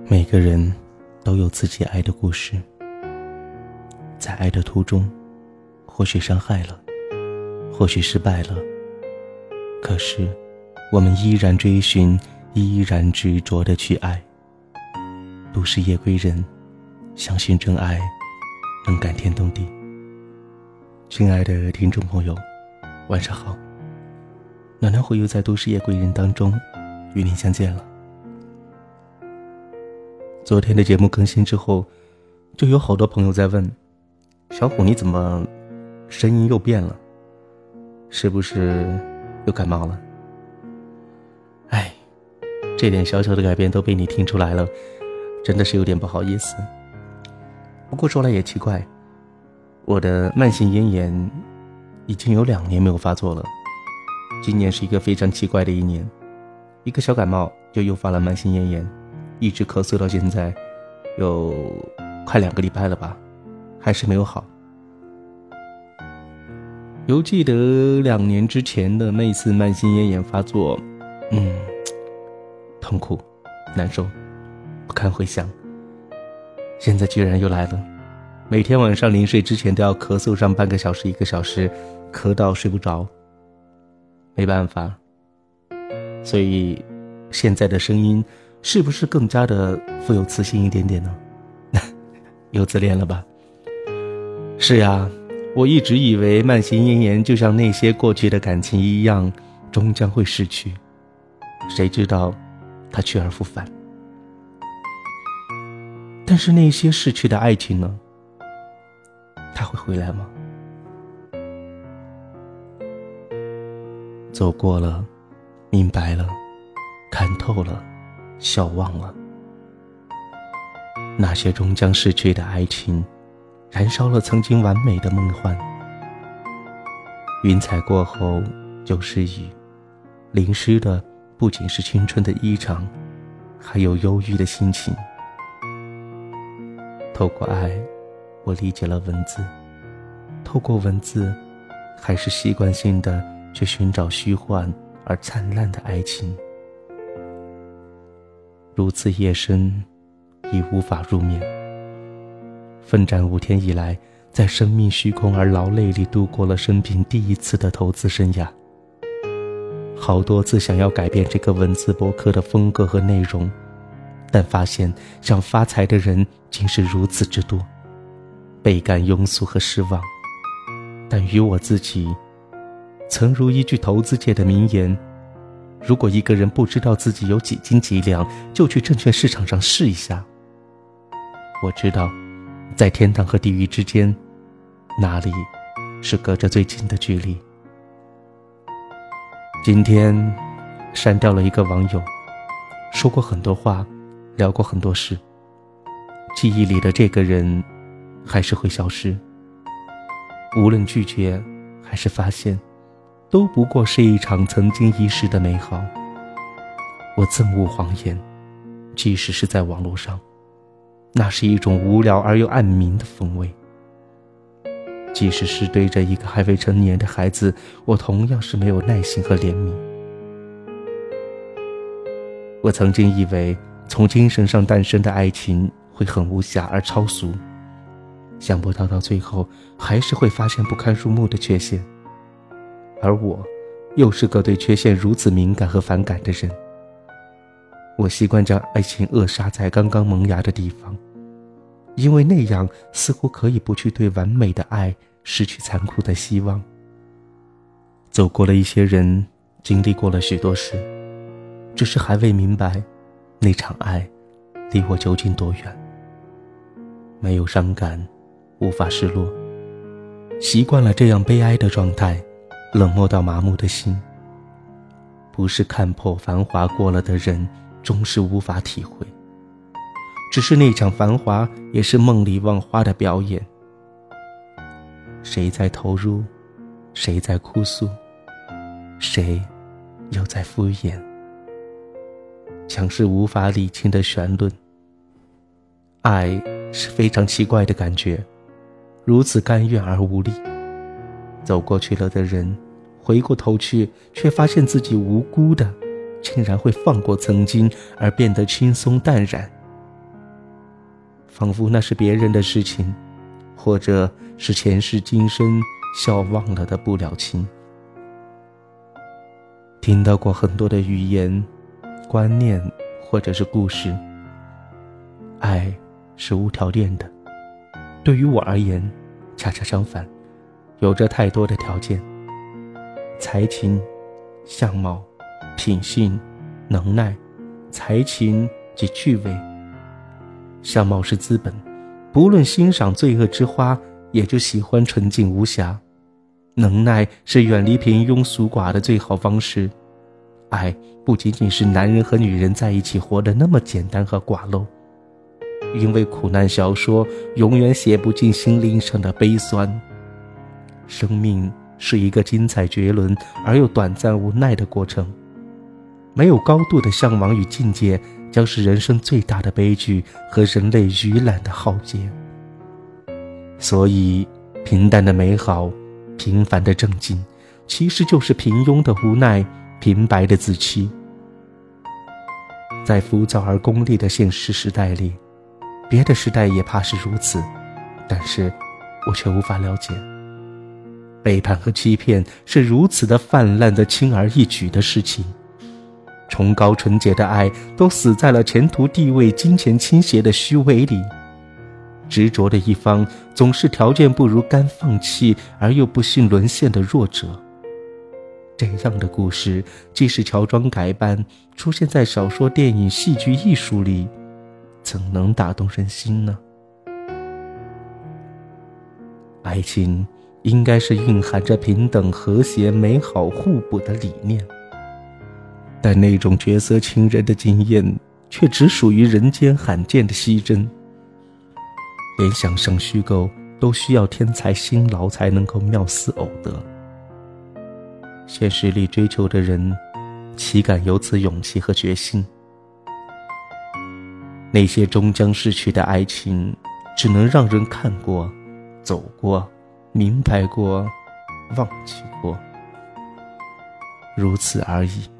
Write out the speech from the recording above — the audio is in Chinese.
每个人都有自己爱的故事，在爱的途中，或许伤害了，或许失败了，可是我们依然追寻，依然执着地去爱。都市夜归人，相信真爱能感天动地。亲爱的听众朋友，晚上好，暖暖会又在都市夜归人当中与您相见了。昨天的节目更新之后，就有好多朋友在问，小虎你怎么声音又变了，是不是又感冒了？哎，这点小小的改变都被你听出来了，真的是有点不好意思。不过说来也奇怪，我的慢性咽炎已经有2年没有发作了。今年是一个非常奇怪的一年，一个小感冒就诱发了慢性咽炎，一直咳嗽到现在有快2个礼拜了吧，还是没有好。犹记得2年之前的那次慢性咽炎发作，痛苦难受，不堪回想。现在居然又来了，每天晚上临睡之前都要咳嗽上半个小时1个小时，咳到睡不着。没办法，所以现在的声音是不是更加的富有磁性一点点呢？又自恋了吧？是呀，我一直以为慢性咽炎就像那些过去的感情一样，终将会逝去，谁知道它去而复返。但是那些逝去的爱情呢？它会回来吗？走过了，明白了，看透了，笑忘了，那些终将逝去的爱情，燃烧了曾经完美的梦幻。云彩过后就是雨，淋湿的不仅是青春的衣裳，还有忧郁的心情。透过爱，我理解了文字，透过文字，还是习惯性的去寻找虚幻而灿烂的爱情。如此夜深，已无法入眠。奋战5天以来，在生命虚空而劳累里度过了生平第1次的投资生涯。好多次想要改变这个文字博客的风格和内容，但发现想发财的人竟是如此之多，倍感庸俗和失望。但于我自己，曾如一句投资界的名言，如果一个人不知道自己有几斤几两，就去证券市场上试一下。我知道在天堂和地狱之间，哪里是隔着最近的距离。今天删掉了一个网友，说过很多话，聊过很多事，记忆里的这个人还是会消失。无论拒绝还是发现，都不过是一场曾经遗失的美好。我憎恶谎言，即使是在网络上，那是一种无聊而又暗明的风味。即使是对着一个还未成年的孩子，我同样是没有耐心和怜悯。我曾经以为从精神上诞生的爱情会很无瑕而超俗，想不到到最后还是会发现不堪入目的缺陷。而我又是个对缺陷如此敏感和反感的人。我习惯将爱情扼杀在刚刚萌芽的地方，因为那样似乎可以不去对完美的爱失去残酷的希望。走过了一些人，经历过了许多事，只是还未明白那场爱离我究竟多远。没有伤感，无法失落，习惯了这样悲哀的状态，冷漠到麻木的心。不是看破繁华过了的人终是无法体会，只是那场繁华也是梦里望花的表演。谁在投入，谁在哭诉，谁又在敷衍，像是无法理清的旋律。爱是非常奇怪的感觉，如此甘愿而无力。走过去了的人，回过头去，却发现自己无辜的竟然会放过曾经而变得轻松淡然。 仿佛那是别人的事情，或者是前世今生笑忘了的不了情。听到过很多的语言、观念或者是故事，爱是无条件的。对于我而言，恰恰相反，有着太多的条件：才情、相貌、品性、能耐、才情及趣味。相貌是资本，不论欣赏罪恶之花，也就喜欢纯净无瑕。能耐是远离平庸俗寡的最好方式。爱不仅仅是男人和女人在一起活得那么简单和寡陋，因为苦难小说永远写不进心灵上的悲酸。生命是一个精彩绝伦而又短暂无奈的过程，没有高度的向往与境界，将是人生最大的悲剧和人类愚懒的浩劫。所以平淡的美好，平凡的正经，其实就是平庸的无奈，平白的自欺。在浮躁而功利的现实时代里，别的时代也怕是如此，但是我却无法了解。背叛和欺骗是如此的泛滥的轻而易举的事情，崇高纯洁的爱都死在了前途地位金钱倾斜的虚伪里。执着的一方总是条件不如甘放弃而又不幸沦陷的弱者。这样的故事即使乔装改扮出现在小说、电影、戏剧、艺术里，怎能打动人心呢？爱情应该是蕴含着平等、和谐、美好、互补的理念，但那种绝色情人的经验却只属于人间罕见的稀珍。连想象虚构都需要天才辛劳才能够妙思偶得，现实里追求的人岂敢有此勇气和决心？那些终将逝去的爱情，只能让人看过、走过、明白过、忘记过，如此而已。